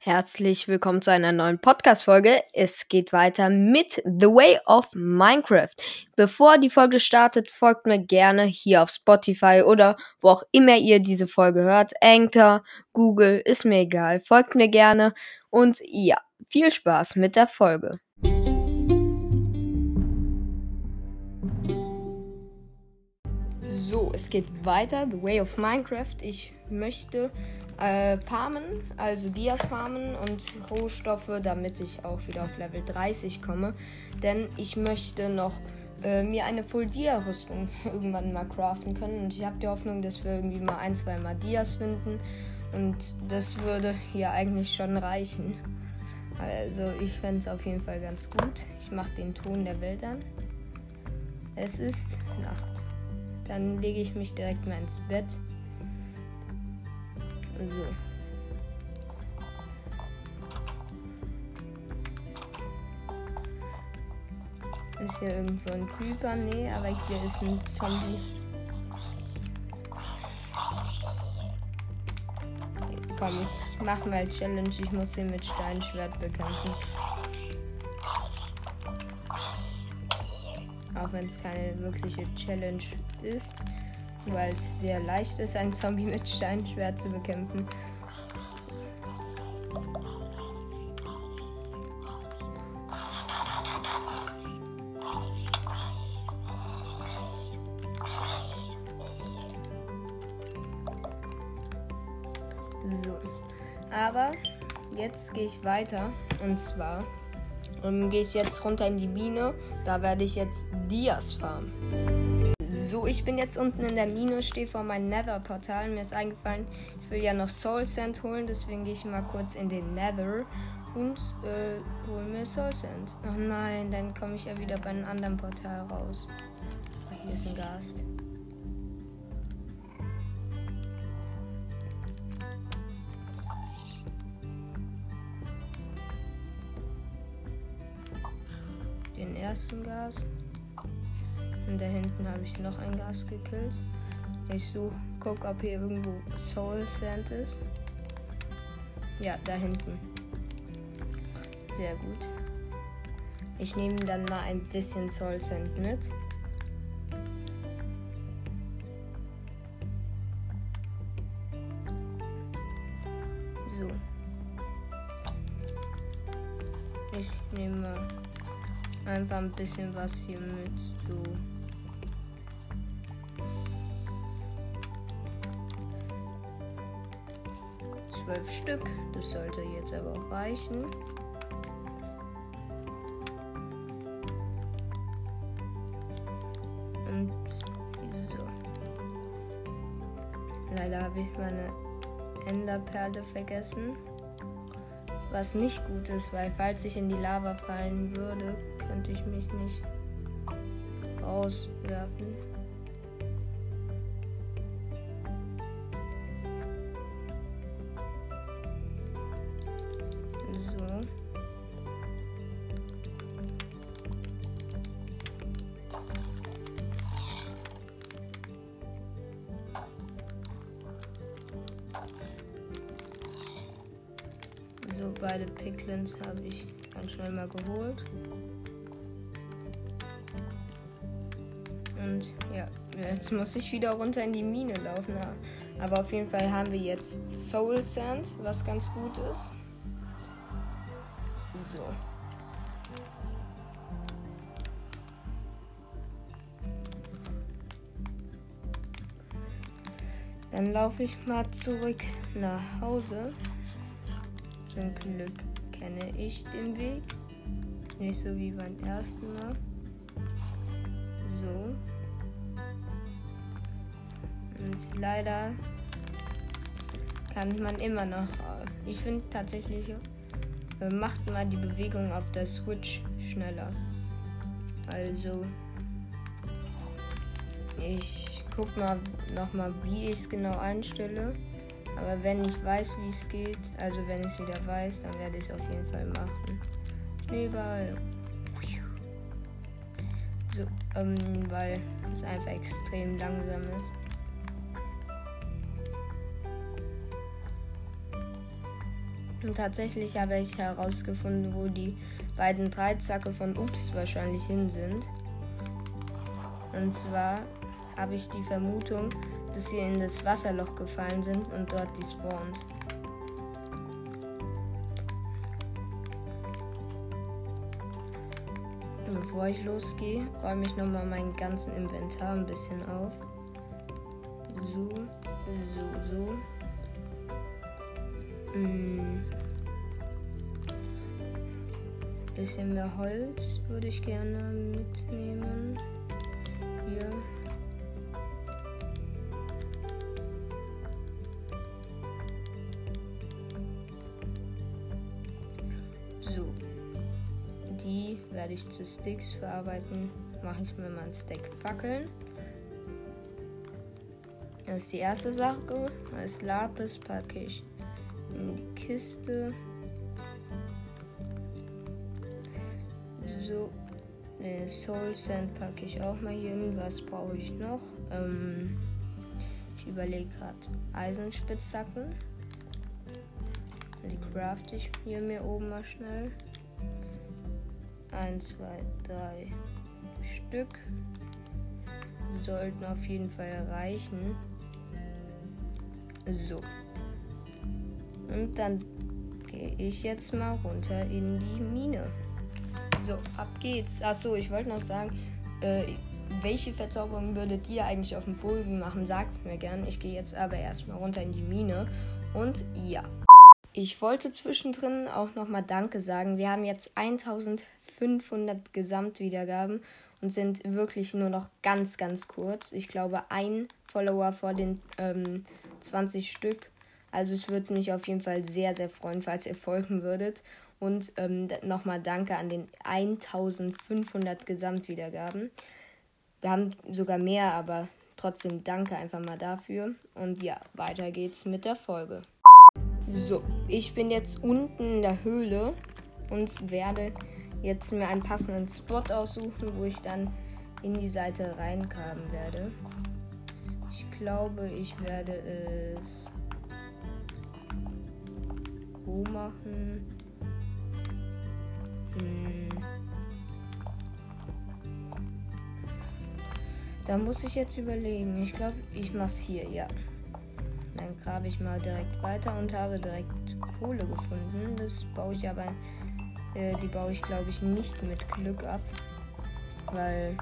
Herzlich willkommen zu einer neuen Podcast-Folge. Es geht weiter mit The Way of Minecraft. Bevor die Folge startet, folgt mir gerne hier auf Spotify oder wo auch immer ihr diese Folge hört. Anchor, Google, ist mir egal. Folgt mir gerne und ja, viel Spaß mit der Folge. So, es geht weiter. The Way of Minecraft. Ich möchte farmen, also Dias farmen und Rohstoffe, damit ich auch wieder auf Level 30 komme. Denn ich möchte noch mir eine Full-Dia-Rüstung irgendwann mal craften können. Und ich habe die Hoffnung, dass wir irgendwie mal 1-2 Mal Dias finden. Und das würde hier eigentlich schon reichen. Also ich fände es auf jeden Fall ganz gut. Ich mache den Ton der Welt an. Es ist Nacht. Dann lege ich mich direkt mal ins Bett. So. Ist hier irgendwo ein Creeper? Nee, aber hier ist ein Zombie. Komm, ich mach mal Challenge. Ich muss ihn mit Steinschwert bekämpfen. Auch wenn es keine wirkliche Challenge ist, weil es sehr leicht ist, einen Zombie mit Steinschwert zu bekämpfen. So, aber jetzt gehe ich weiter und zwar gehe ich jetzt runter in die Mine. Da werde ich jetzt Dias farmen. So, ich bin jetzt unten in der Mine, stehe vor meinem Nether-Portal. Mir ist eingefallen, ich will ja noch Soul Sand holen. Deswegen gehe ich mal kurz in den Nether und hole mir Soul Sand. Ach nein, dann komme ich ja wieder bei einem anderen Portal raus. Oh, hier ist ein Gast. Den ersten Gas. Und da hinten habe ich noch ein Gas gekillt. Ich gucke, ob hier irgendwo Soul Sand ist. Ja, da hinten. Sehr gut. Ich nehme dann mal ein bisschen Soul Sand mit. So. Ich nehme einfach ein bisschen was hier mit. So. 12 Stück. Das sollte jetzt aber auch reichen. Und so. Leider habe ich meine Enderperle vergessen. Was nicht gut ist, weil falls ich in die Lava fallen würde, könnte ich mich nicht rauswerfen. So. So, beide Piglins habe ich ganz schnell mal geholt. Und ja, jetzt muss ich wieder runter in die Mine laufen. Aber auf jeden Fall haben wir jetzt Soul Sand, was ganz gut ist. So. Dann laufe ich mal zurück nach Hause. Zum Glück kenne ich den Weg. Nicht so wie beim ersten Mal. So. Und leider kann man immer noch. Ich finde tatsächlich, macht mal die Bewegung auf der Switch schneller. Also, ich guck mal nochmal, wie ich es genau einstelle. Aber wenn ich weiß, wie es geht, also wenn ich es wieder weiß, dann werde ich es auf jeden Fall machen. Schneeball. So, weil es einfach extrem langsam ist. Und tatsächlich habe ich herausgefunden, wo die beiden Dreizacke von Ups wahrscheinlich hin sind. Und zwar habe ich die Vermutung, dass sie in das Wasserloch gefallen sind und dort despawned. Bevor ich losgehe, räume ich nochmal meinen ganzen Inventar ein bisschen auf. So. Bisschen mehr Holz würde ich gerne mitnehmen. Hier. So. Die werde ich zu Sticks verarbeiten. Mache ich mir mal ein Stack Fackeln. Das ist die erste Sache. Als Lapis packe ich in die Kiste. So. Soul Sand packe ich auch mal hier hin. Was brauche ich noch? Ich überlege gerade Eisenspitzhacken. Die crafte ich hier mir oben mal schnell. 1, 2, 3 Stück. Sollten auf jeden Fall reichen. So. Und dann gehe ich jetzt mal runter in die Mine. So, ab geht's. Achso, ich wollte noch sagen, welche Verzauberung würdet ihr eigentlich auf dem Bogen machen? Sagt's mir gern. Ich gehe jetzt aber erstmal runter in die Mine. Und ja. Ich wollte zwischendrin auch nochmal Danke sagen. Wir haben jetzt 1500 Gesamtwiedergaben und sind wirklich nur noch ganz, ganz kurz. Ich glaube, ein Follower vor den 20 Stück. Also es würde mich auf jeden Fall sehr, sehr freuen, falls ihr folgen würdet. Und nochmal Danke an den 1500 Gesamtwiedergaben. Wir haben sogar mehr, aber trotzdem danke einfach mal dafür. Und ja, weiter geht's mit der Folge. So, ich bin jetzt unten in der Höhle und werde jetzt mir einen passenden Spot aussuchen, wo ich dann in die Seite reingraben werde. Ich glaube, ich werde es so machen. Da muss ich jetzt überlegen. Ich glaube, ich mache es hier, ja. Dann grabe ich mal direkt weiter und habe direkt Kohle gefunden. Das baue ich aber, die baue ich glaube ich nicht mit Glück ab, weil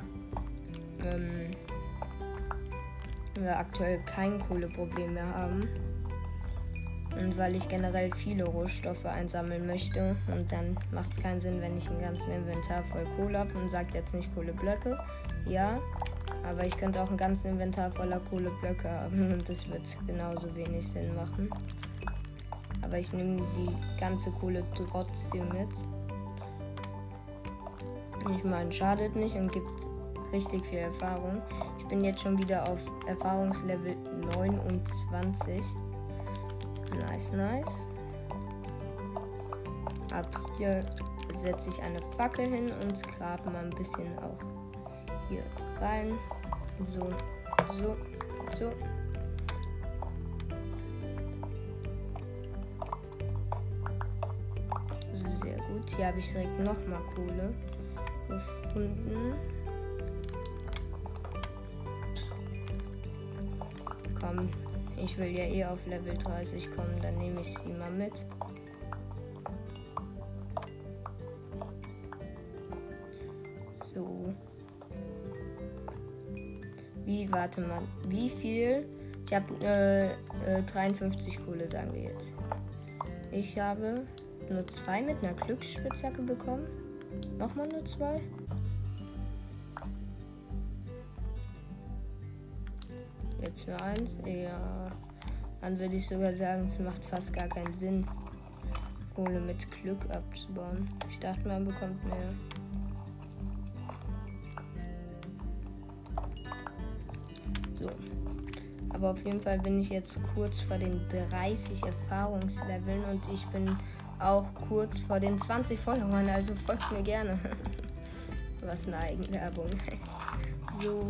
wir aktuell kein Kohleproblem mehr haben. Und weil ich generell viele Rohstoffe einsammeln möchte. Und dann macht es keinen Sinn, wenn ich ein ganzes Inventar voll Kohle habe und sagt jetzt nicht Kohleblöcke. Ja, aber ich könnte auch ein ganzes Inventar voller Kohleblöcke haben und das wird genauso wenig Sinn machen. Aber ich nehme die ganze Kohle trotzdem mit. Ich meine, schadet nicht und gibt richtig viel Erfahrung. Ich bin jetzt schon wieder auf Erfahrungslevel 29. Nice, nice. Ab hier setze ich eine Fackel hin und grabe mal ein bisschen auch hier rein. So. Sehr gut. Hier habe ich direkt nochmal Kohle gefunden. Komm, ich will ja eh auf Level 30 kommen, dann nehme ich sie mal mit. So. Warte mal, wie viel? Ich habe 53 Kohle, sagen wir jetzt. Ich habe nur 2 mit einer Glücksspitzhacke bekommen. Nochmal nur 2. Jetzt nur 1. Ja. Dann würde ich sogar sagen, es macht fast gar keinen Sinn, Kohle mit Glück abzubauen. Ich dachte, man bekommt mehr. So. Aber auf jeden Fall bin ich jetzt kurz vor den 30 Erfahrungsleveln und ich bin auch kurz vor den 20 Followern, also folgt mir gerne. Was eine Eigenwerbung. So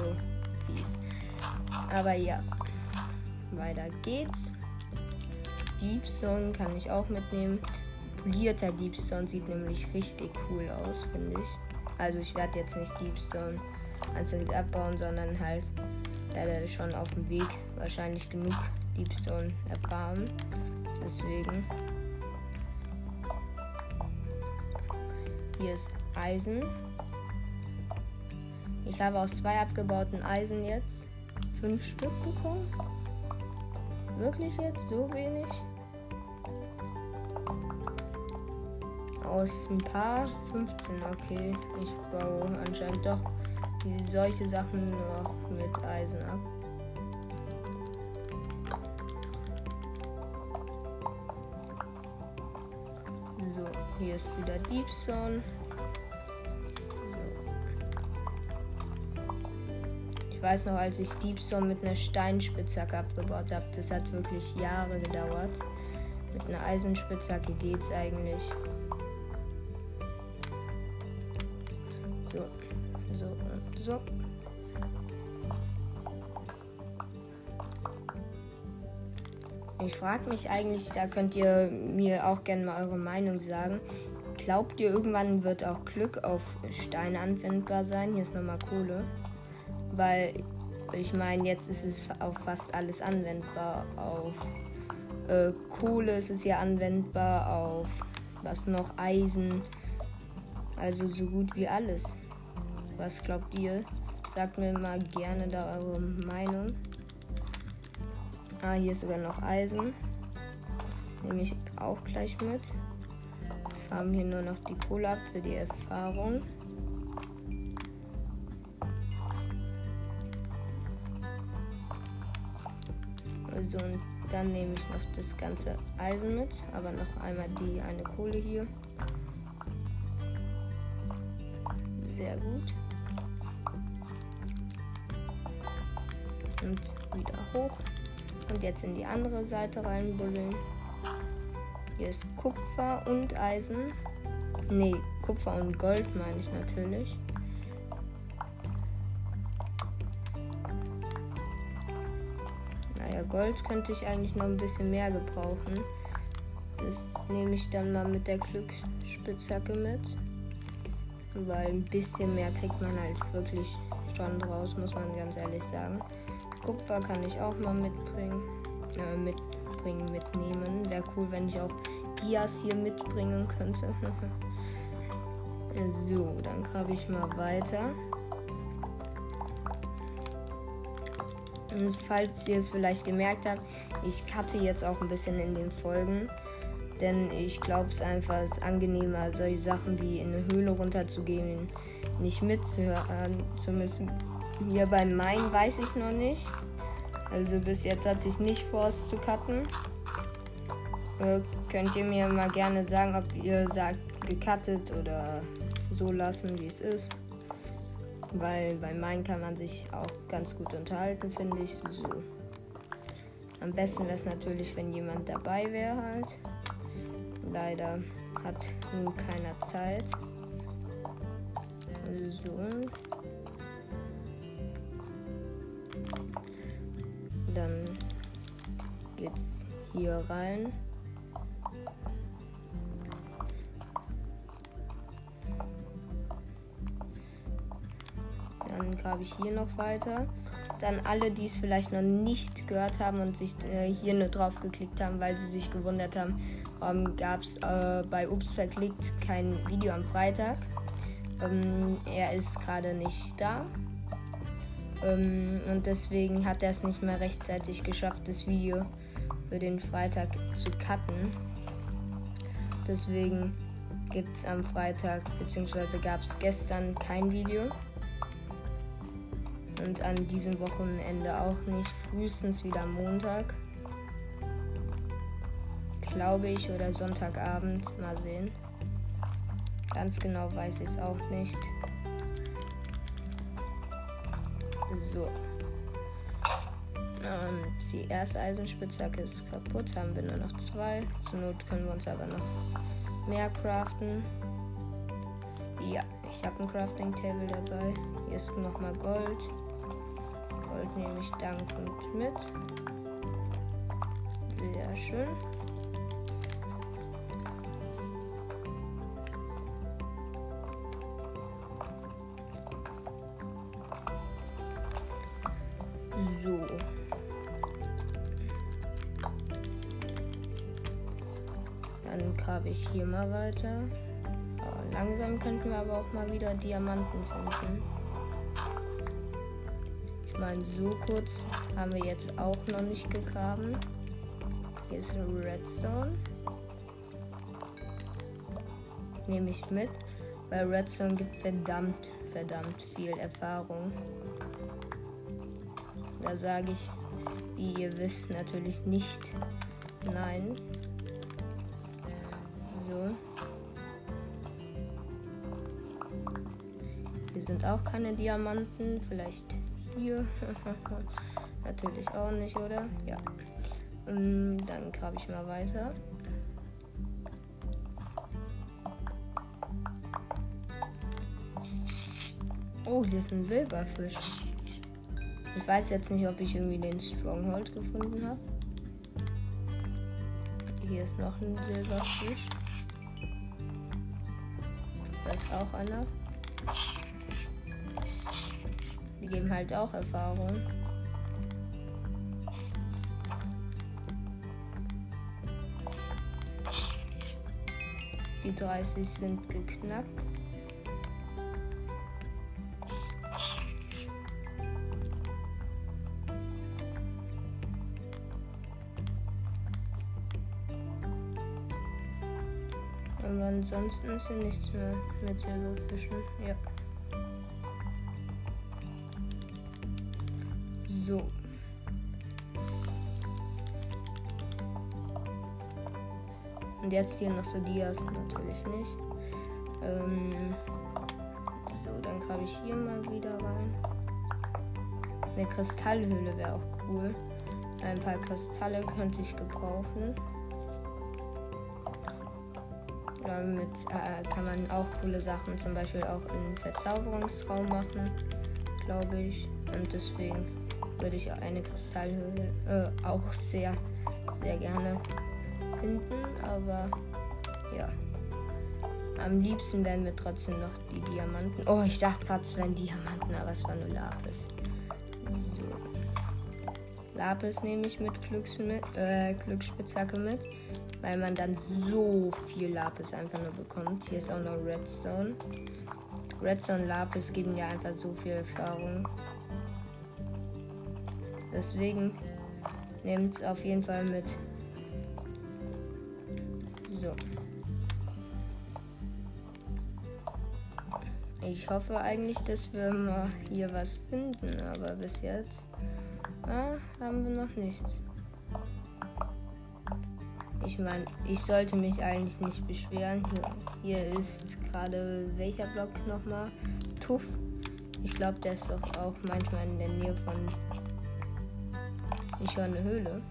fies. Aber ja, weiter geht's. Deepstone kann ich auch mitnehmen. Polierter Deepstone sieht nämlich richtig cool aus, finde ich. Also ich werde jetzt nicht Deepstone einzeln abbauen, sondern halt werde schon auf dem Weg wahrscheinlich genug Deepstone erfahren. Deswegen. Hier ist Eisen. Ich habe aus 2 abgebauten Eisen jetzt 5 Stück bekommen. Wirklich jetzt so wenig? Aus ein paar 15, okay. Ich baue anscheinend doch solche Sachen noch mit Eisen ab. So, hier ist wieder Deepstone. Ich weiß noch, als ich Deepstone mit einer Steinspitzhacke abgebaut habe, das hat wirklich Jahre gedauert. Mit einer Eisenspitzhacke geht's eigentlich. So, so und so. Ich frage mich eigentlich, da könnt ihr mir auch gerne mal eure Meinung sagen. Glaubt ihr, irgendwann wird auch Glück auf Steine anwendbar sein? Hier ist nochmal Kohle. Weil, ich meine, jetzt ist es auf fast alles anwendbar. Auf Kohle ist es ja anwendbar, auf was noch, Eisen. Also so gut wie alles. Was glaubt ihr? Sagt mir mal gerne da eure Meinung. Ah, hier ist sogar noch Eisen. Nehme ich auch gleich mit. Farmen hier nur noch die Kohle ab für die Erfahrung. So, und dann nehme ich noch das ganze Eisen mit. Aber noch einmal die eine Kohle hier. Sehr gut. Und wieder hoch. Und jetzt in die andere Seite reinbuddeln. Hier ist Kupfer und Eisen. Ne, Kupfer und Gold meine ich natürlich. Naja, Gold könnte ich eigentlich noch ein bisschen mehr gebrauchen. Das nehme ich dann mal mit der Glücksspitzhacke mit. Weil ein bisschen mehr kriegt man halt wirklich schon draus, muss man ganz ehrlich sagen. Kupfer kann ich auch mal mitnehmen. Wäre cool, wenn ich auch Dias hier mitbringen könnte. So, dann grabe ich mal weiter. Und falls ihr es vielleicht gemerkt habt, ich cutte jetzt auch ein bisschen in den Folgen. Denn ich glaube es einfach, es ist angenehmer, solche Sachen wie in eine Höhle runterzugehen, nicht mitzuhören zu müssen. Hier bei Mine weiß ich noch nicht. Also bis jetzt hatte ich nicht vor, es zu cutten. Könnt ihr mir mal gerne sagen, ob ihr sagt gecuttet oder so lassen, wie es ist. Weil bei Mine kann man sich auch ganz gut unterhalten, finde ich. So. Am besten wäre es natürlich, wenn jemand dabei wäre halt. Leider hat nun keiner Zeit. So. Dann geht's hier rein. Dann grabe ich hier noch weiter. Dann alle, die es vielleicht noch nicht gehört haben und sich hier nur drauf geklickt haben, weil sie sich gewundert haben, warum gab es bei Ups verklickt kein Video am Freitag. Er ist gerade nicht da. Und deswegen hat er es nicht mehr rechtzeitig geschafft, das Video für den Freitag zu cutten. Deswegen gibt es am Freitag, beziehungsweise gab es gestern kein Video. Und an diesem Wochenende auch nicht. Frühestens wieder Montag. Glaube ich, oder Sonntagabend. Mal sehen. Ganz genau weiß ich es auch nicht. So. Und die erste Eisenspitzhacke ist kaputt. Haben wir nur noch 2. Zur Not können wir uns aber noch mehr craften. Ja, ich habe ein Crafting Table dabei. Hier ist nochmal Gold. Gold nehme ich dankend mit. Sehr schön. Dann grabe ich hier mal weiter. Langsam könnten wir aber auch mal wieder Diamanten finden. Ich meine, so kurz haben wir jetzt auch noch nicht gegraben. Hier ist eine Redstone. Nehme ich mit, weil Redstone gibt verdammt viel Erfahrung. Da sage ich, wie ihr wisst, natürlich nicht nein. So. Hier sind auch keine Diamanten. Vielleicht hier. Natürlich auch nicht, oder? Ja. Dann grabe ich mal weiter. Oh, hier ist ein Silberfisch. Ich weiß jetzt nicht, ob ich irgendwie den Stronghold gefunden habe. Hier ist noch ein Silberfisch. Da ist auch einer. Die geben halt auch Erfahrung. Die 30 sind geknackt. Aber ansonsten ist hier nichts mehr mit Silberfischen. Ja. So. Und jetzt hier noch so Dias, natürlich nicht. So, dann grabe ich hier mal wieder rein. Eine Kristallhöhle wäre auch cool. Ein paar Kristalle könnte ich gebrauchen. Damit kann man auch coole Sachen, zum Beispiel auch im Verzauberungsraum machen, glaube ich. Und deswegen würde ich eine Kristallhöhle auch sehr gerne finden. Aber ja, am liebsten wären wir trotzdem noch die Diamanten. Oh, ich dachte gerade, es wären Diamanten, aber es war nur Lapis. So. Lapis nehme ich mit Glücksspitzhacke mit, weil man dann so viel Lapis einfach nur bekommt. Hier ist auch noch Redstone. Redstone und Lapis geben ja einfach so viel Erfahrung. Deswegen nehmt es auf jeden Fall mit. So. Ich hoffe eigentlich, dass wir mal hier was finden, aber bis jetzt haben wir noch nichts. Ich meine, ich sollte mich eigentlich nicht beschweren. Hier ist gerade welcher Block nochmal? Tuff. Ich glaube, der ist doch auch manchmal in der Nähe von... Ich höre eine Höhle.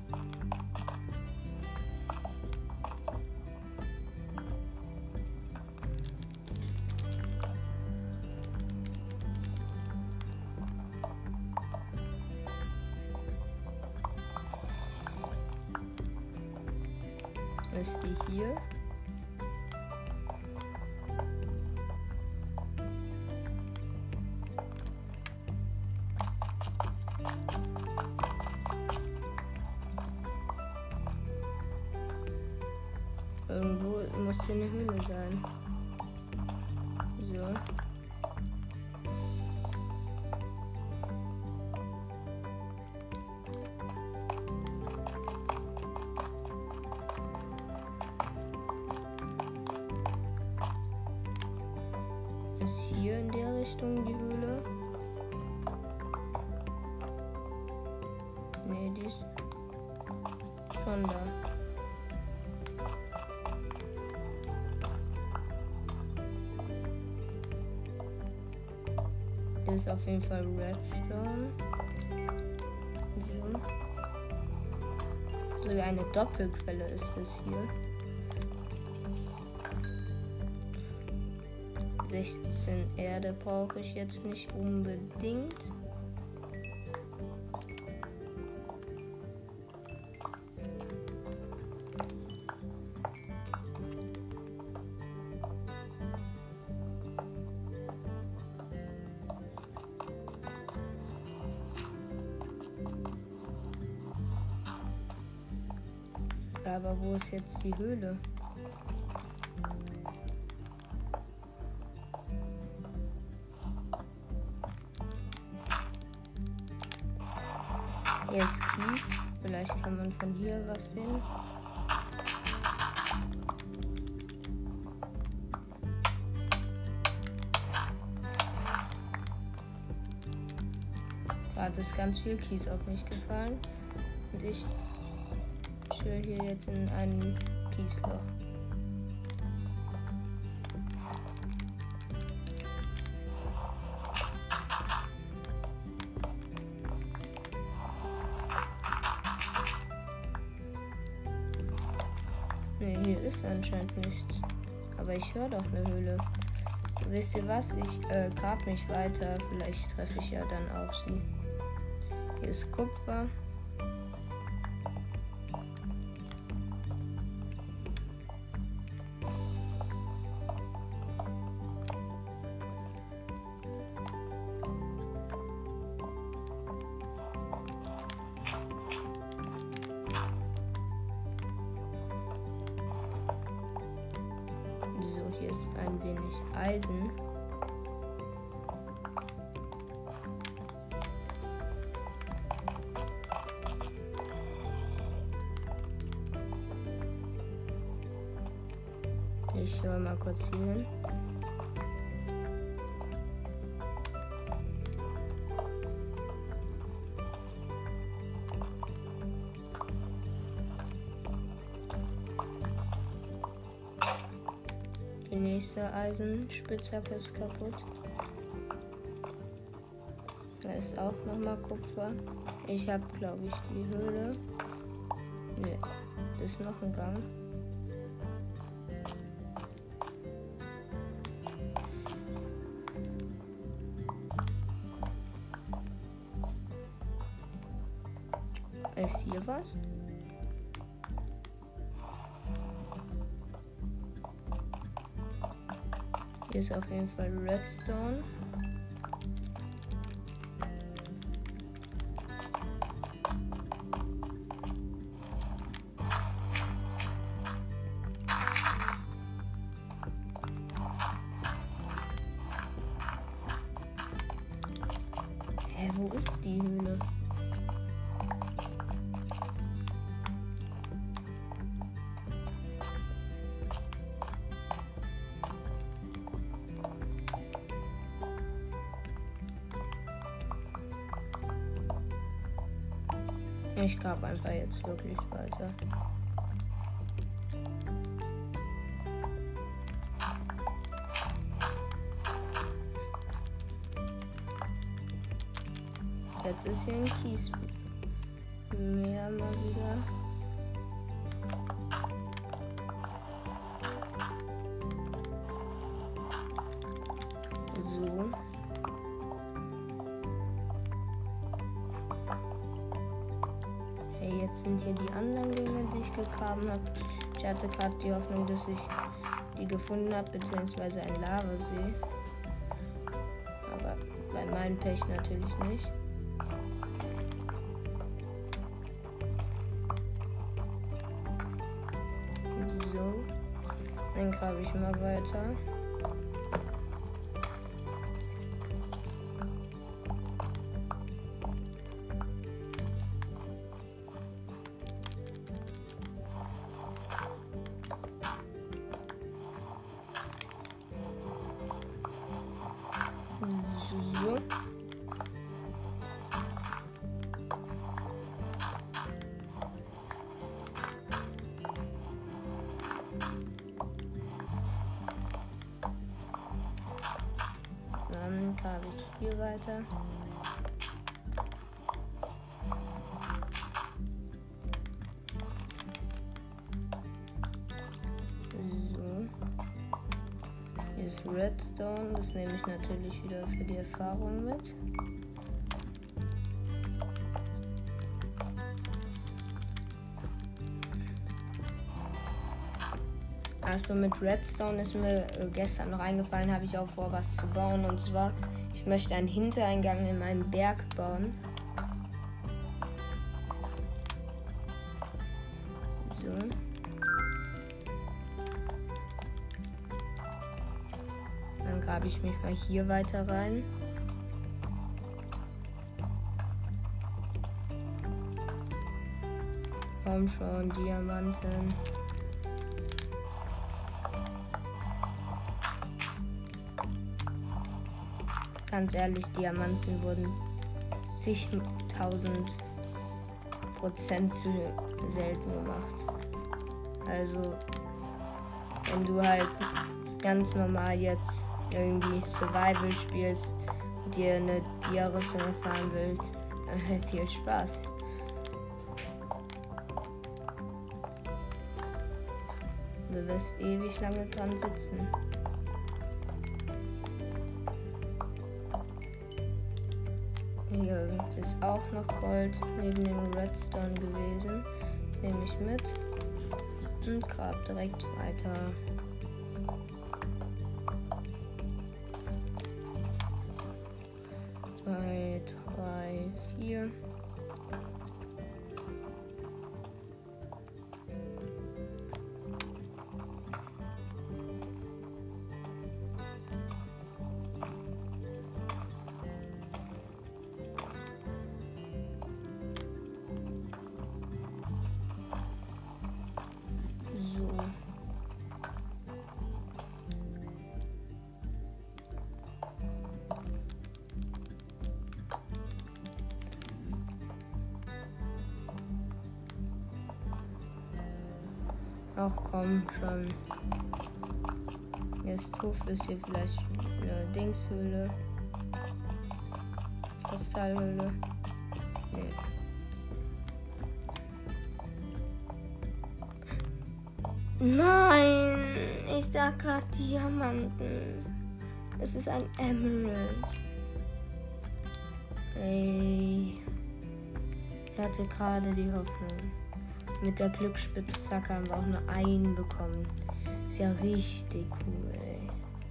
Ist die hier? Irgendwo muss hier eine Höhle sein. So. Ist hier in der Richtung die Höhle? Nee, die ist schon da. Hier ist auf jeden Fall Redstone. So. Sogar eine Doppelquelle ist das hier. 16 Erde brauche ich jetzt nicht unbedingt. Aber wo ist jetzt die Höhle? Hier ist Kies. Vielleicht kann man von hier was sehen. Gerade ist ganz viel Kies auf mich gefallen. Und ich chill hier jetzt in einem Kiesloch. Ne, hier ist anscheinend nichts. Aber ich höre doch eine Höhle. Wisst ihr was? Ich grab mich weiter. Vielleicht treffe ich ja dann auf sie. Hier ist Kupfer. So, hier ist ein wenig Eisen. Ich höre mal kurz hier hin. Die nächste Eisenspitzhacke ist kaputt. Da ist auch nochmal Kupfer. Ich habe, glaube ich, die Höhle. Ne, das ist noch ein Gang. Ist hier was? Hier ist auf jeden Fall Redstone. Hä, wo ist die Höhle? Ich grab einfach jetzt wirklich weiter. Jetzt ist hier ein Kies mehr mal wieder. So. Hey, jetzt sind hier die anderen Dinge, die ich gegraben habe. Ich hatte gerade die Hoffnung, dass ich die gefunden habe, beziehungsweise ein Lavasee. Aber bei meinem Pech natürlich nicht. So, dann grabe ich mal weiter. So. Dann grabe ich hier weiter. So. Hier ist Redstone, das nehme ich natürlich wieder für die Erfahrung mit. Also mit Redstone ist mir gestern noch eingefallen, habe ich auch vor, was zu bauen. Und zwar, ich möchte einen Hintereingang in meinem Berg bauen. So. grabe ich mich mal hier weiter rein. Komm schon, Diamanten. Ganz ehrlich, Diamanten wurden zigtausend % zu selten gemacht. Also, wenn du halt ganz normal jetzt irgendwie Survival spielst und dir eine Dia-Rüstung erfahren willst, viel Spaß. Du wirst ewig lange dran sitzen. Hier ist auch noch Gold neben dem Redstone gewesen. Nehme ich mit und grab direkt weiter. 2, 3, 4. Ach komm schon. Jetzt Tuff ist hier vielleicht eine Dingshöhle. Kristallhöhle. Nee. Nein! Ich sag gerade Diamanten. Es ist ein Emerald. Ey. Ich hatte gerade die Hoffnung. Mit der Glücksspitzhacke haben wir auch nur einen bekommen. Ist ja richtig cool, ey.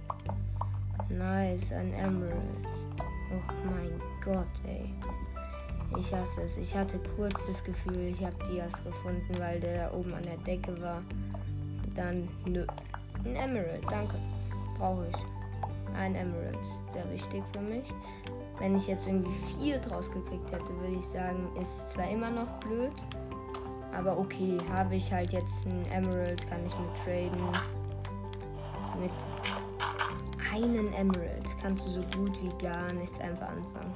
Nice, ein Emerald. Oh mein Gott, ey. Ich hasse es. Ich hatte kurz das Gefühl, ich habe Dias gefunden, weil der da oben an der Decke war. Dann, nö. Ein Emerald, danke. Brauche ich. Ein Emerald. Sehr wichtig für mich. Wenn ich jetzt irgendwie 4 draus gekriegt hätte, würde ich sagen, ist zwar immer noch blöd. Aber okay, habe ich halt jetzt einen Emerald, kann ich mit traden. Mit einem Emerald kannst du so gut wie gar nichts einfach anfangen.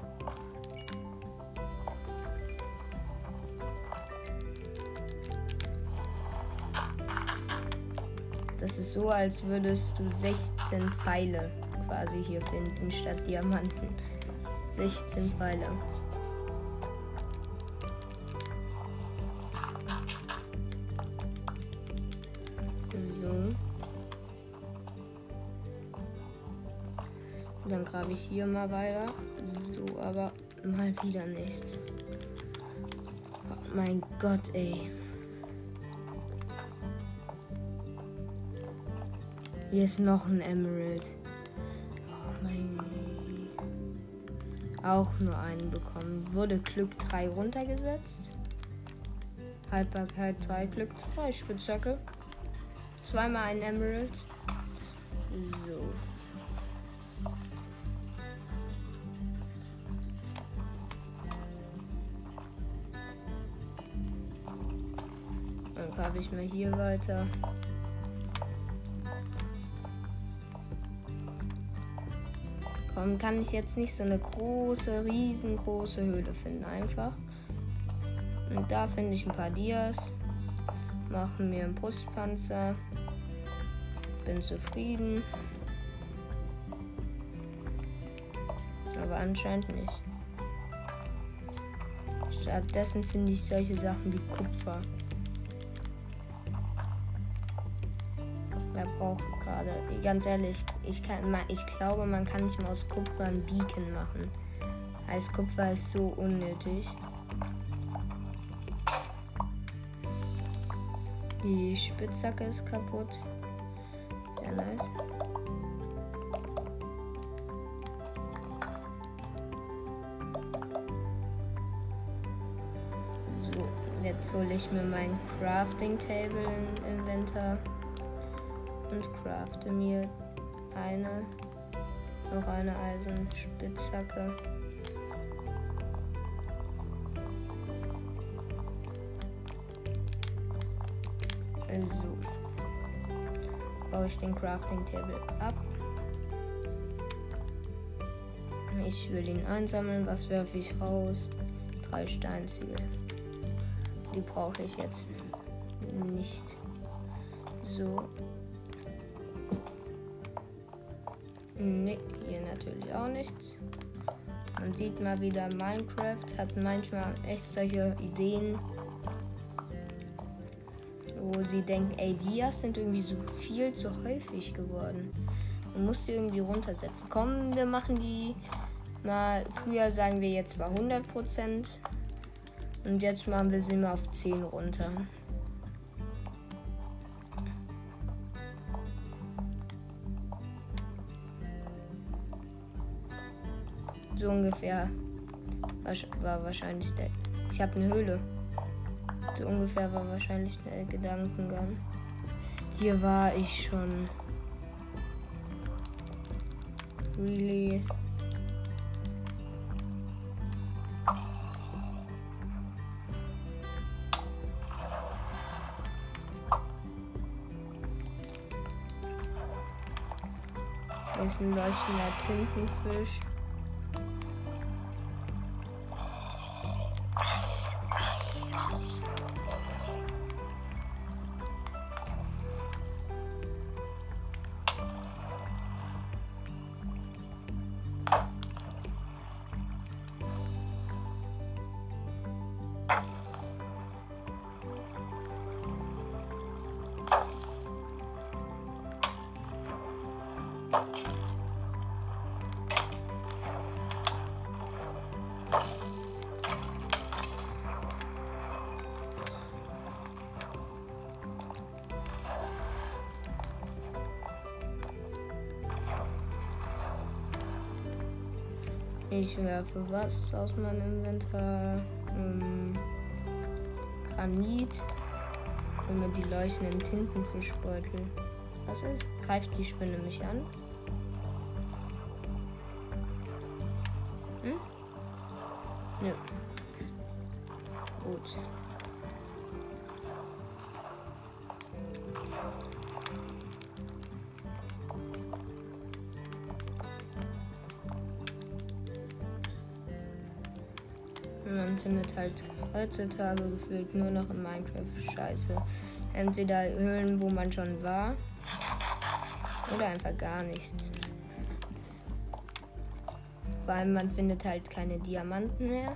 Das ist so, als würdest du 16 Pfeile quasi hier finden, statt Diamanten. 16 Pfeile. Dann grabe ich hier mal weiter. So, aber mal wieder nichts. Oh mein Gott, ey. Hier ist noch ein Emerald. Oh mein. Auch nur einen bekommen. Wurde Glück 3 runtergesetzt. Haltbarkeit 3, Glück 2, Spitzhacke. Zweimal ein Emerald. So. Dann grabe ich mal hier weiter. Komm, kann ich jetzt nicht so eine große, riesengroße Höhle finden einfach. Und da finde ich ein paar Dias. Machen mir einen Brustpanzer. Bin zufrieden. Aber anscheinend nicht. Stattdessen finde ich solche Sachen wie Kupfer. Wer braucht gerade? Ganz ehrlich, ich glaube, man kann nicht mal aus Kupfer ein Beacon machen. Heißt, Kupfer ist so unnötig. Die Spitzhacke ist kaputt. Sehr nice. So, jetzt hole ich mir mein Crafting Table im Inventar und crafte mir eine Noch eine Eisenspitzhacke. So. Baue ich den Crafting Table ab. Ich will ihn einsammeln. Was werfe ich raus? 3 Steinziegel. Die brauche ich jetzt nicht. So. Ne, hier natürlich auch nichts. Man sieht mal wieder, Minecraft hat manchmal echt solche Ideen, wo sie denken, ey, Dias sind irgendwie so viel zu häufig geworden. Man muss die irgendwie runtersetzen. Komm, wir machen die mal, früher sagen wir jetzt war 100% und jetzt machen wir sie mal auf 10 runter. So ungefähr war wahrscheinlich der. Ich habe eine Höhle. So ungefähr war wahrscheinlich der Gedankengang. Hier war ich schon. Really. Hier ist ein leuchtender Tintenfisch. Ich werfe was aus meinem Inventar? Granit. Und mir die leuchtenden Tintenfischbeutel. Was ist? Greift die Spinne mich an? Nö. Gut. Man findet halt heutzutage gefühlt nur noch in Minecraft Scheiße. Entweder Höhlen, wo man schon war, oder einfach gar nichts. Weil man findet halt keine Diamanten mehr.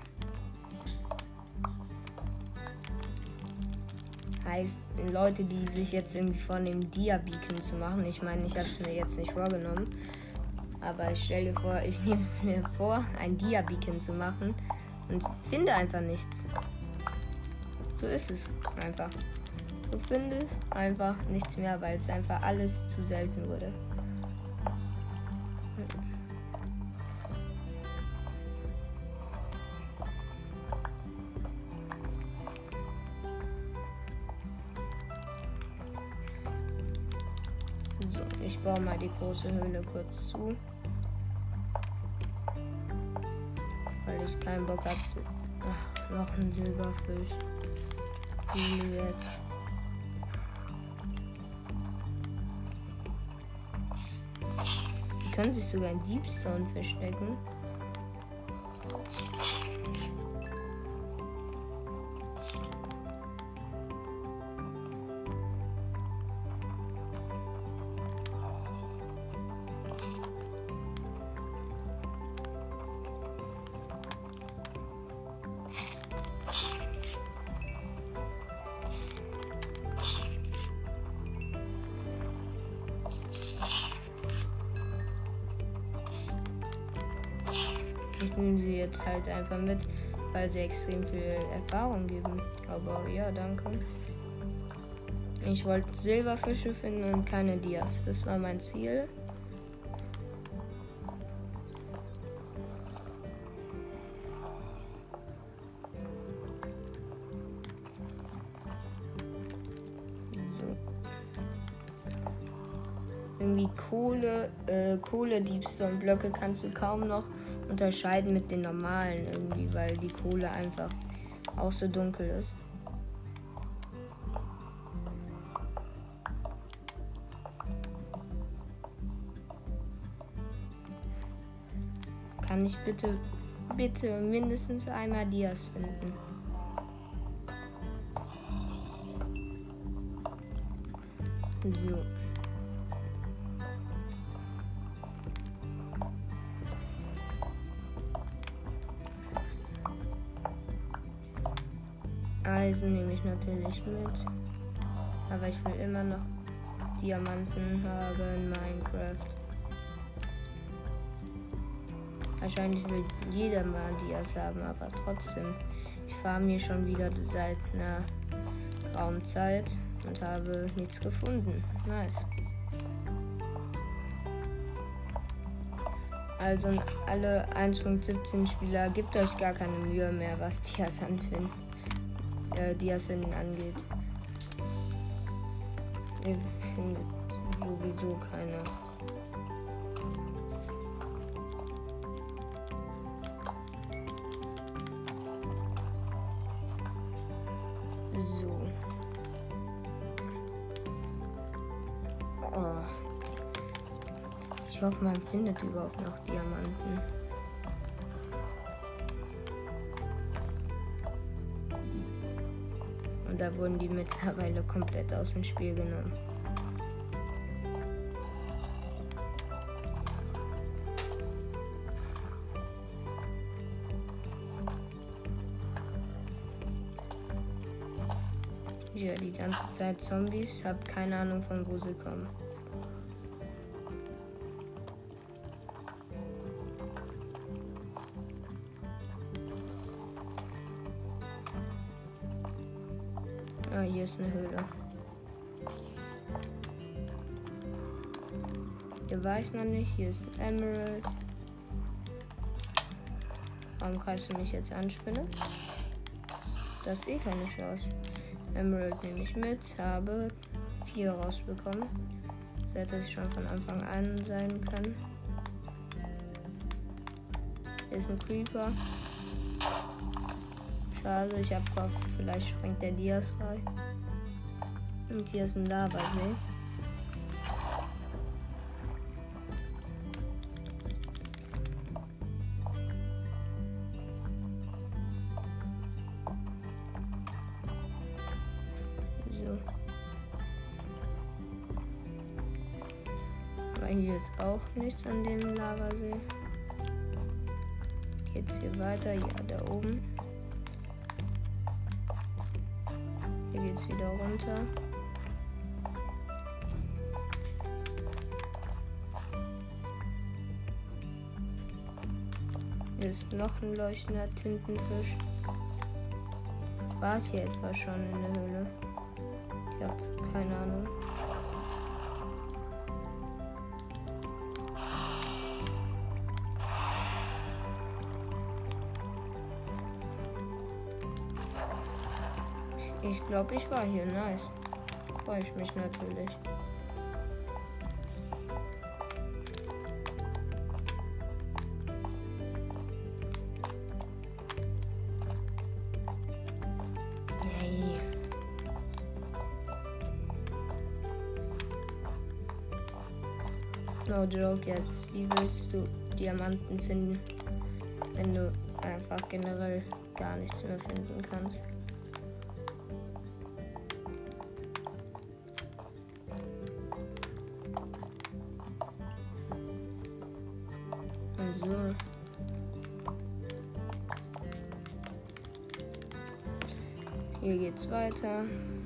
Heißt, Leute, die sich jetzt irgendwie vornehmen, Dia-Beacon zu machen. Ich meine, ich habe es mir jetzt nicht vorgenommen. Aber ich stelle dir vor, ich nehme es mir vor, ein Dia-Beacon zu machen. Und finde einfach nichts. So ist es einfach. Du findest einfach nichts mehr, weil es einfach alles zu selten wurde. So, ich baue mal die große Höhle kurz zu. Weil ich keinen Bock habe. Ach, noch ein Silberfisch. Wie jetzt? Die können sich sogar in Deepstone verstecken. Ich nehme sie jetzt halt einfach mit, weil sie extrem viel Erfahrung geben. Aber ja, danke. Ich wollte Silberfische finden und keine Dias. Das war mein Ziel. So. irgendwie Kohlediebstahl und Blöcke kannst du kaum noch unterscheiden mit den normalen irgendwie, weil die Kohle einfach auch so dunkel ist. Kann ich bitte mindestens einmal Dias finden? So. Eisen nehme ich natürlich mit. Aber ich will immer noch Diamanten haben in Minecraft. Wahrscheinlich will jeder mal Dias haben, aber trotzdem. Ich farme hier schon wieder seit einer geraumen Zeit und habe nichts gefunden. Nice. Also alle 1.17 Spieler, gebt euch gar keine Mühe mehr, was Dias finden angeht. Ihr findet sowieso keine. So. Oh. Ich hoffe, man findet überhaupt noch Diamanten. Und da wurden die mittlerweile komplett aus dem Spiel genommen. Ja, die ganze Zeit Zombies. Hab keine Ahnung, von wo sie kommen. Ah, hier ist eine Höhle. Hier war ich noch nicht. Hier ist ein Emerald. Warum greifst du mich jetzt an, Spinne? Das ist eh keine Chance. Emerald nehme ich mit. Habe 4 rausbekommen. So hätte es schon von Anfang an sein können. Hier ist ein Creeper. Schade, ich habe gehofft, vielleicht springt der Dias frei. Und hier ist ein Lavasee. So. Aber hier ist auch nichts an dem Lavasee. Geht's hier weiter? Ja, da oben. Hier geht's wieder runter. Hier ist noch ein leuchtender Tintenfisch. War hier etwa schon in der Höhle? Ich habe keine Ahnung. Ich glaube, ich war hier. Nice. Freue ich mich natürlich. Yay. No joke jetzt. Wie willst du Diamanten finden, wenn du einfach generell gar nichts mehr finden kannst? So. Hier geht's weiter.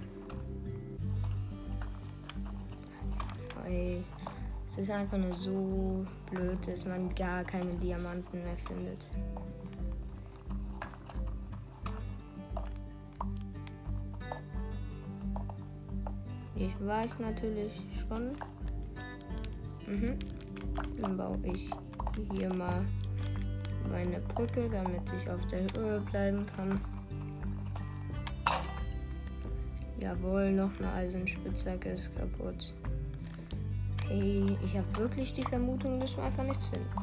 Ey, es ist einfach nur so blöd, dass man gar keine Diamanten mehr findet. Ich weiß natürlich schon. Dann baue ich hier mal meine Brücke, damit ich auf der Höhe bleiben kann. Jawohl, noch eine Eisenspitzhacke ist kaputt. Hey, ich habe wirklich die Vermutung, dass wir einfach nichts finden.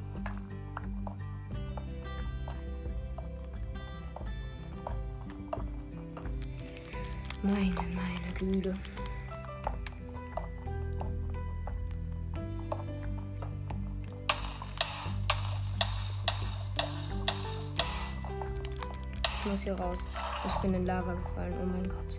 Meine Güte. Ich muss hier raus. Ich bin in Lava gefallen. Oh mein Gott.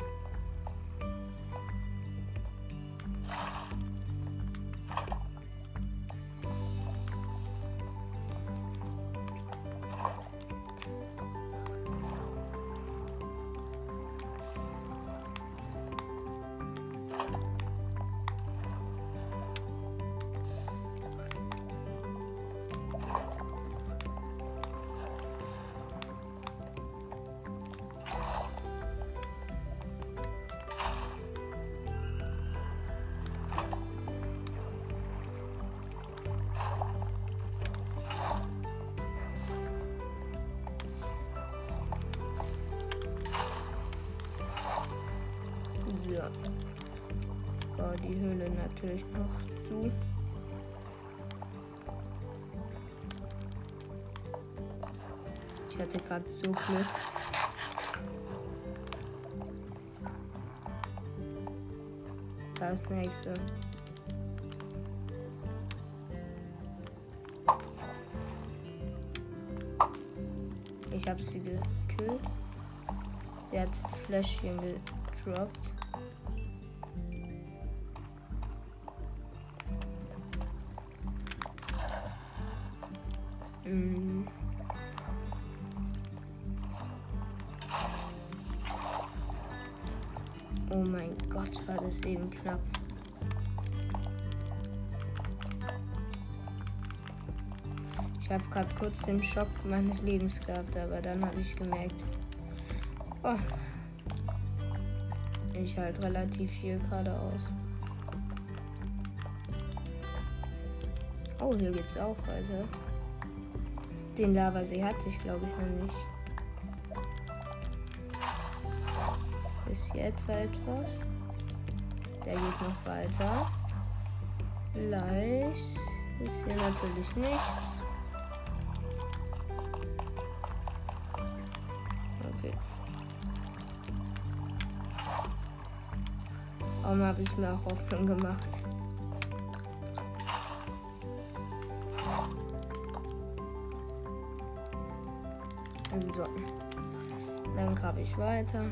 So. War die Höhle natürlich noch zu. Ich hatte gerade so Glück. Das nächste. Ich habe sie gekillt. Sie hat Fläschchen gedroppt. Oh mein Gott, war das eben knapp. Ich habe gerade kurz den Schock meines Lebens gehabt, aber dann habe ich gemerkt, oh, ich halt relativ viel geradeaus. Oh, hier geht's auch weiter. Den Lavasee hatte ich, glaube ich, noch nicht. Ist hier etwa etwas? Der geht noch weiter. Vielleicht ist hier natürlich nichts. Okay. Warum habe ich mir auch Hoffnung gemacht? So. Dann grabe ich weiter.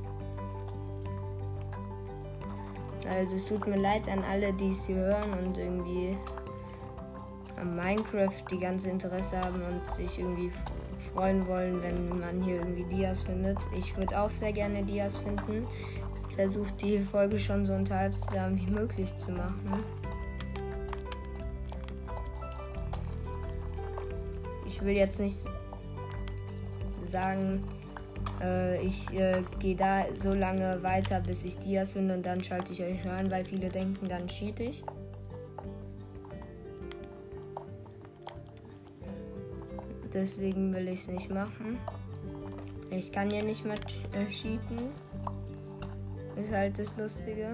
Also es tut mir leid an alle, die es hier hören und irgendwie an Minecraft die ganze Interesse haben und sich irgendwie freuen wollen, wenn man hier irgendwie Dias findet. Ich würde auch sehr gerne Dias finden. Ich versuche die Folge schon so unterhaltsam wie möglich zu machen. Ich will jetzt nicht sagen, ich gehe da so lange weiter, bis ich Dias finde und dann schalte ich euch an, weil viele denken, dann cheat ich. Deswegen will ich es nicht machen. Ich kann ja nicht mehr cheaten. Ist halt das Lustige.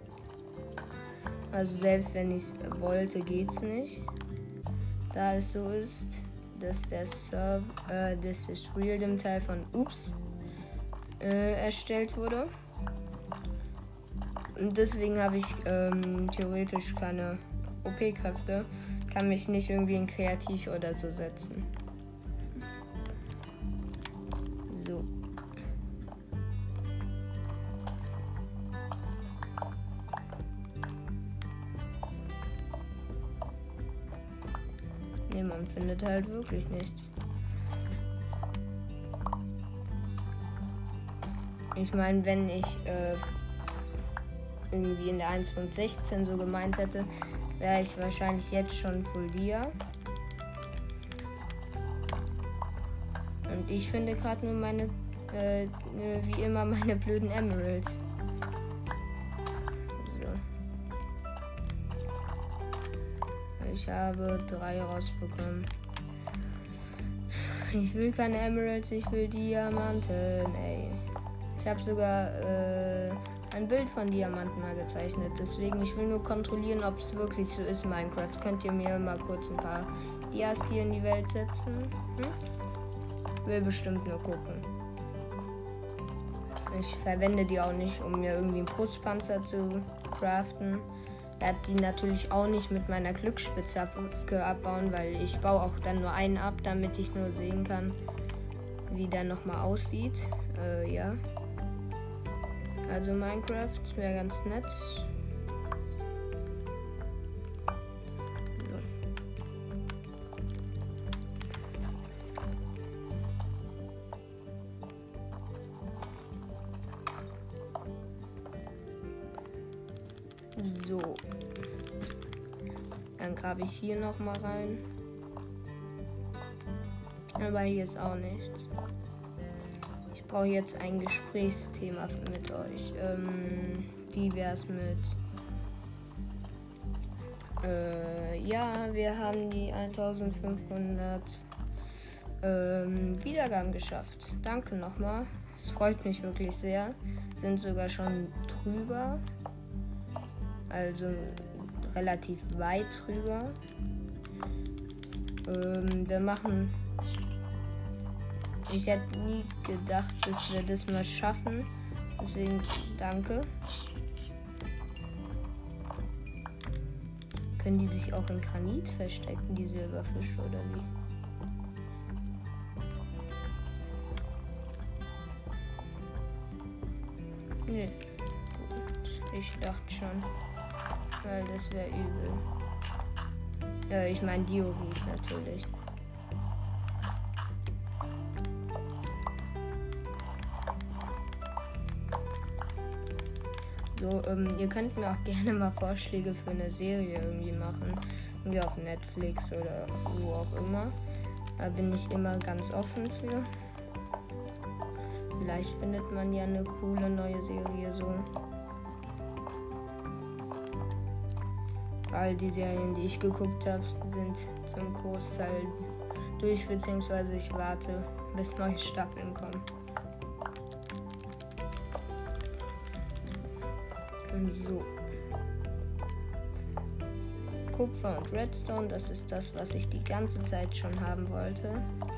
Also selbst wenn ich es wollte, geht's nicht. Da es so ist, dass der Server, das ist Realm Teil von Oops erstellt wurde. Und deswegen habe ich theoretisch keine OP-Kräfte. Kann mich nicht irgendwie in Kreativ oder so setzen. So. Ne, man findet halt wirklich nichts. Ich meine, wenn ich irgendwie in der 1.16 so gemeint hätte, wäre ich wahrscheinlich jetzt schon Full Dia. Und ich finde gerade nur meine, wie immer, meine blöden Emeralds. So. Ich habe 3 rausbekommen. Ich will keine Emeralds, ich will Diamanten, ey. Ich habe sogar ein Bild von Diamanten mal gezeichnet. Deswegen, ich will nur kontrollieren, ob es wirklich so ist, Minecraft. Könnt ihr mir mal kurz ein paar Dias hier in die Welt setzen? Will bestimmt nur gucken. Ich verwende die auch nicht, um mir irgendwie einen Brustpanzer zu craften. Ich werde die natürlich auch nicht mit meiner Glücksspitzhacke abbauen, weil ich baue auch dann nur einen ab, damit ich nur sehen kann, wie der nochmal aussieht. Ja. Also Minecraft wäre ganz nett. So. Dann grabe ich hier noch mal rein. Aber hier ist auch nichts. Ich brauche jetzt ein Gesprächsthema mit euch. Wie wär's mit... ja, wir haben die 1500 Wiedergaben geschafft. Danke nochmal. Es freut mich wirklich sehr. Sind sogar schon drüber. Also relativ weit drüber. Wir machen... Ich hätte nie gedacht, dass wir das mal schaffen. Deswegen danke. Können die sich auch in Granit verstecken, die Silberfische, oder wie? Nee. Gut. Ich dachte schon. Weil das wäre übel. Ich meine Diorit natürlich. So, ihr könnt mir auch gerne mal Vorschläge für eine Serie irgendwie machen. Irgendwie auf Netflix oder wo auch immer. Da bin ich immer ganz offen für. Vielleicht findet man ja eine coole neue Serie so. All die Serien, die ich geguckt habe, sind zum Großteil durch, beziehungsweise ich warte, bis neue Staffeln kommen. So. Kupfer und Redstone, das ist das, was ich die ganze Zeit schon haben wollte.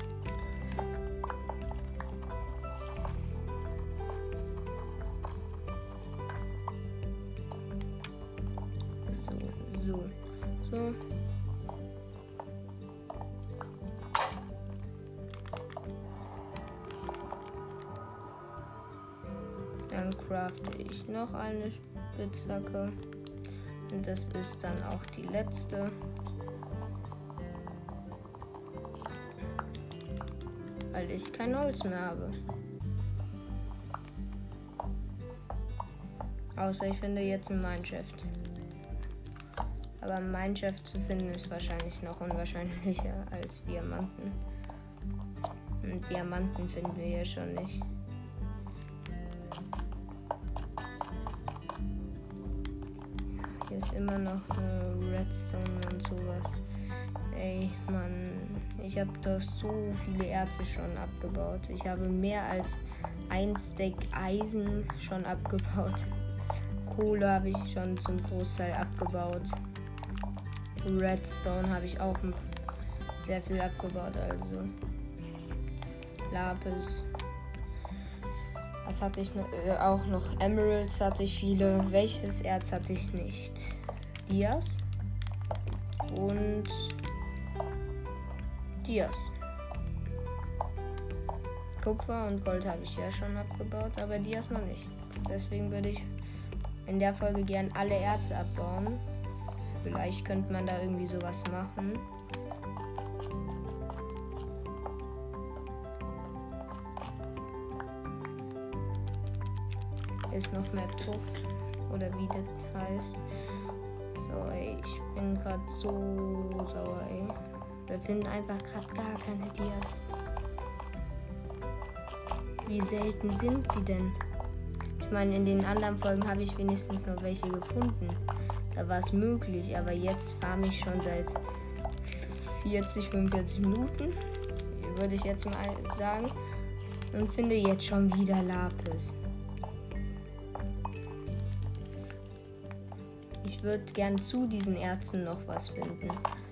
So. Dann crafte ich noch eine Spitzhacke. Und das ist dann auch die letzte. Weil ich kein Holz mehr habe. Außer ich finde jetzt ein Mineshaft. Aber Mineshaft zu finden ist wahrscheinlich noch unwahrscheinlicher als Diamanten. Und Diamanten finden wir ja schon nicht. Hier ist immer noch Redstone und sowas. Ey, Mann. Ich habe doch so viele Erze schon abgebaut. Ich habe mehr als ein Stack Eisen schon abgebaut. Kohle habe ich schon zum Großteil abgebaut. Redstone habe ich auch sehr viel abgebaut, also Lapis. Was hatte ich noch? Auch noch Emeralds hatte ich viele. Welches Erz hatte ich nicht? Dias und Dias. Kupfer und Gold habe ich ja schon abgebaut, aber Dias noch nicht. Deswegen würde ich in der Folge gern alle Erze abbauen. Vielleicht könnte man da irgendwie sowas machen. Ist noch mehr Tuff oder wie das heißt. So, ey, ich bin gerade so sauer, ey. Wir finden einfach gerade gar keine Dias. Wie selten sind sie denn? Ich meine, in den anderen Folgen habe ich wenigstens noch welche gefunden. Da war es möglich, aber jetzt farme ich schon seit 45 Minuten, würde ich jetzt mal sagen, und finde jetzt schon wieder Lapis. Ich würde gern zu diesen Erzen noch was finden.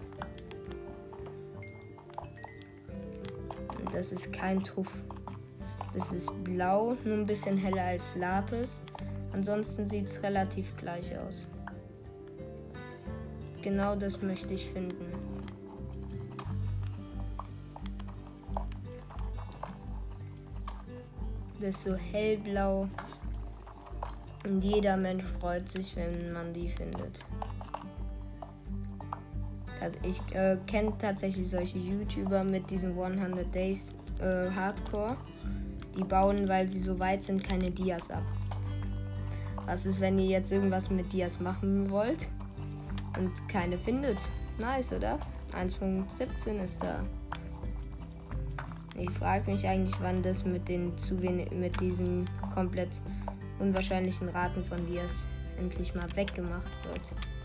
Das ist kein Tuff. Das ist blau, nur ein bisschen heller als Lapis. Ansonsten sieht es relativ gleich aus. Genau das möchte ich finden. Das ist so hellblau. Und jeder Mensch freut sich, wenn man die findet. Ich kenne tatsächlich solche YouTuber mit diesem 100 Days Hardcore. Die bauen, weil sie so weit sind, keine Dias ab. Was ist, wenn ihr jetzt irgendwas mit Dias machen wollt und keine findet? Nice, oder? 1.17 ist da. Ich frage mich eigentlich, wann das mit diesen komplett unwahrscheinlichen Raten von Dias endlich mal weggemacht wird.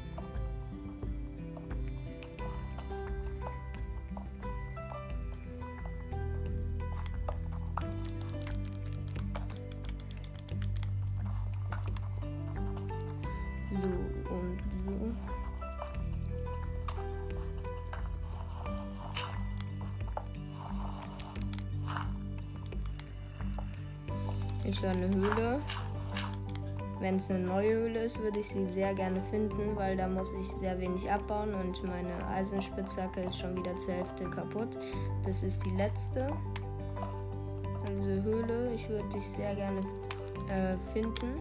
So und so. Ich höre eine Höhle. Wenn es eine neue Höhle ist, würde ich sie sehr gerne finden, weil da muss ich sehr wenig abbauen und meine Eisenspitzhacke ist schon wieder zur Hälfte kaputt. Das ist die letzte. Also Höhle, ich würde dich sehr gerne finden.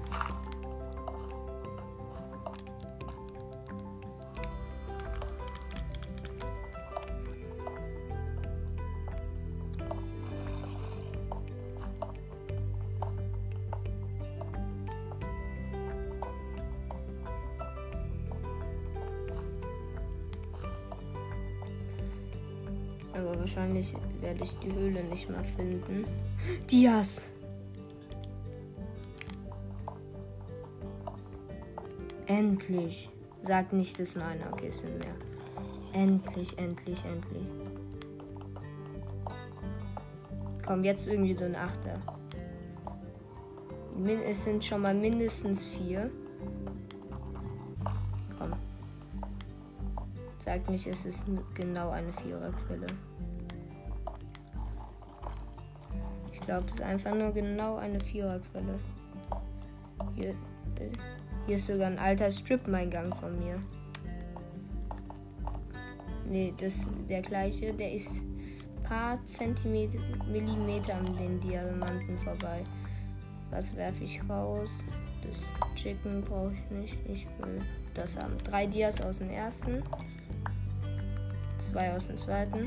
Aber wahrscheinlich werde ich die Höhle nicht mehr finden. Dias! Endlich! Sag nicht, dass nur einer Kissen mehr. Endlich, endlich, endlich. Komm, jetzt irgendwie so ein Achter. Es sind schon mal mindestens 4. Komm. Sag nicht, es ist genau eine Viererquelle. Ich glaube, es ist einfach nur genau eine Viererquelle. Hier ist sogar ein alter Strip-Eingang von mir. Nee, das ist der gleiche. Der ist ein paar Millimeter an den Diamanten vorbei. Was werfe ich raus? Das Chicken brauche ich nicht. Ich will das haben. 3 Dias aus dem ersten. 2 aus dem zweiten.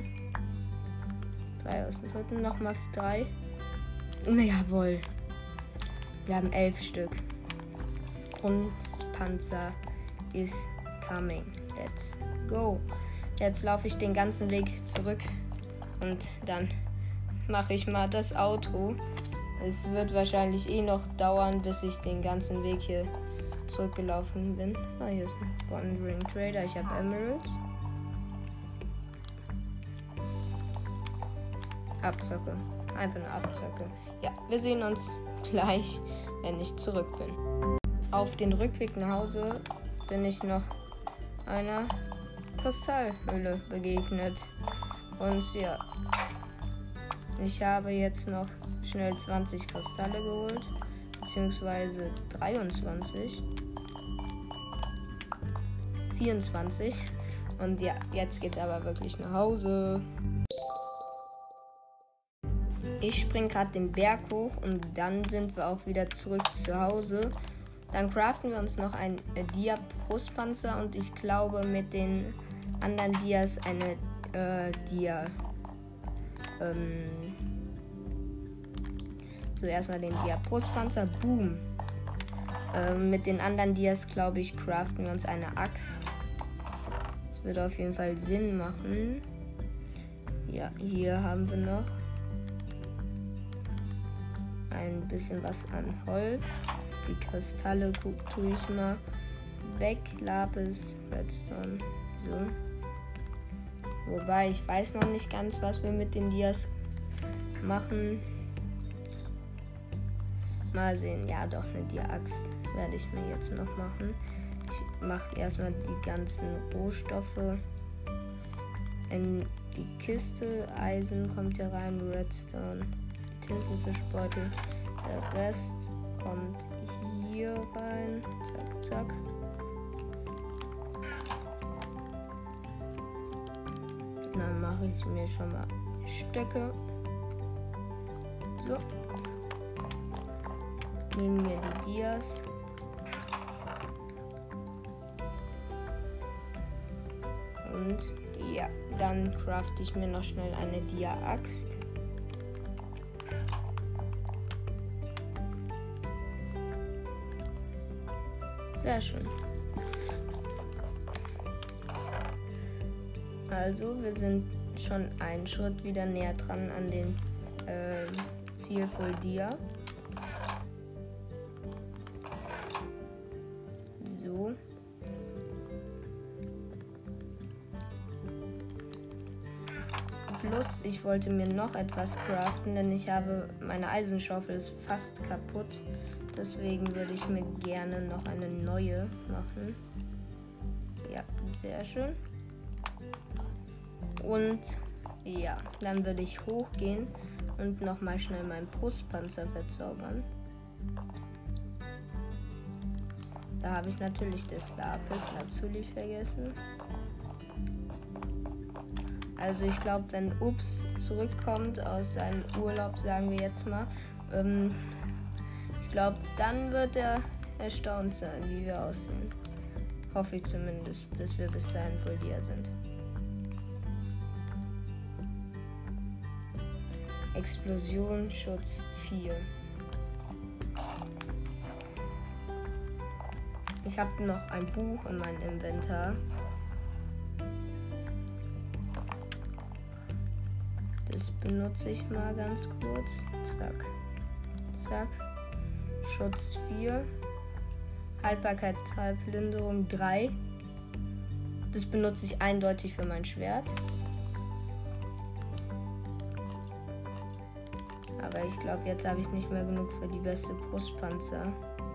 3 aus dem dritten. Nochmal 3. Na jawohl. Wir haben 11 Stück. Brunstpanzer is coming. Let's go. Jetzt laufe ich den ganzen Weg zurück. Und dann mache ich mal das Outro. Es wird wahrscheinlich noch dauern, bis ich den ganzen Weg hier zurückgelaufen bin. Ah, hier ist ein Wandering Trader. Ich habe Emeralds. Abzocke. Einfach eine Abzocke. Ja, wir sehen uns gleich, wenn ich zurück bin. Auf den Rückweg nach Hause bin ich noch einer Kristallhöhle begegnet. Und ja, ich habe jetzt noch schnell 20 Kristalle geholt, beziehungsweise 23, 24. Und ja, jetzt geht's aber wirklich nach Hause. Ich spring gerade den Berg hoch und dann sind wir auch wieder zurück zu Hause. Dann craften wir uns noch ein Dia-Brustpanzer und ich glaube mit den anderen Dias eine Dia. So erstmal den Dia-Brustpanzer. Boom. Mit den anderen Dias, glaube ich, craften wir uns eine Axt. Das würde auf jeden Fall Sinn machen. Ja, hier haben wir noch ein bisschen was an Holz. Die Kristalle tue ich mal weg. Lapis, Redstone. So. Wobei, ich weiß noch nicht ganz, was wir mit den Dias machen. Mal sehen. Ja, doch, eine Dia-Axt werde ich mir jetzt noch machen. mache erstmal die ganzen Rohstoffe in die Kiste. Eisen kommt hier rein, Redstone, Tintenfischbeutel. Der Rest kommt hier rein. Zack, zack. Dann mache ich mir schon mal Stöcke. So. Nehmen wir die Dias. Und ja, dann crafte ich mir noch schnell eine Dia-Axt. Sehr schön. Also, wir sind schon einen Schritt wieder näher dran an dem Ziel Full Dia. So. Plus, ich wollte mir noch etwas craften, denn meine Eisenschaufel ist fast kaputt. Deswegen würde ich mir gerne noch eine neue machen. Ja, sehr schön. Und ja, dann würde ich hochgehen und nochmal schnell meinen Brustpanzer verzaubern. Da habe ich natürlich das Lapis Lazuli vergessen. Also ich glaube, wenn Ups zurückkommt aus seinem Urlaub, sagen wir jetzt mal, ich glaube, dann wird er erstaunt sein, wie wir aussehen. Hoffe ich zumindest, dass wir bis dahin Full Dia sind. Explosionsschutz 4. Ich habe noch ein Buch in meinem Inventar. Das benutze ich mal ganz kurz. Zack. Zack. Schutz 4. Haltbarkeit Halblinderung 3. Das benutze ich eindeutig für mein Schwert. Aber ich glaube, jetzt habe ich nicht mehr genug für die beste Brustpanzer.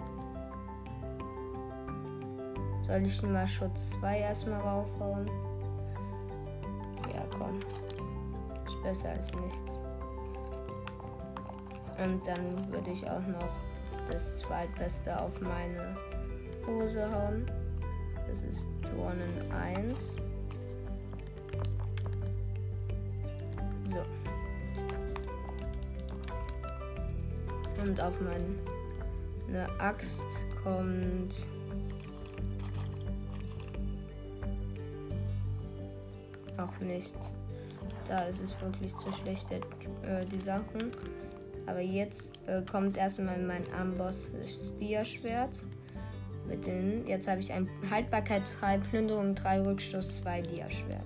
Soll ich mal Schutz 2 erstmal raufhauen? Ja, komm. Ist besser als nichts. Und dann würde ich auch noch das zweitbeste auf meine Hose hauen. Das ist Dornen 1. So. Und auf meine Axt kommt auch nichts. Da ist es wirklich zu schlecht, die Sachen. Aber jetzt kommt erstmal mein Amboss Dia-Schwert. Jetzt habe ich ein Haltbarkeit 3, Plünderung 3, Rückstoß 2 Dia-Schwert.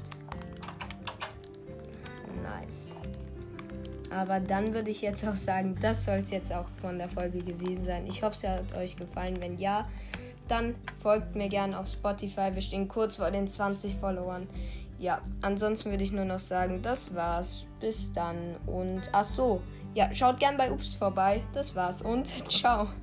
Nice. Aber dann würde ich jetzt auch sagen, das soll es jetzt auch von der Folge gewesen sein. Ich hoffe, es hat euch gefallen. Wenn ja, dann folgt mir gerne auf Spotify. Wir stehen kurz vor den 20 Followern. Ja, ansonsten würde ich nur noch sagen, das war's. Bis dann und ach so, ja, schaut gern bei Ups vorbei. Das war's und ciao.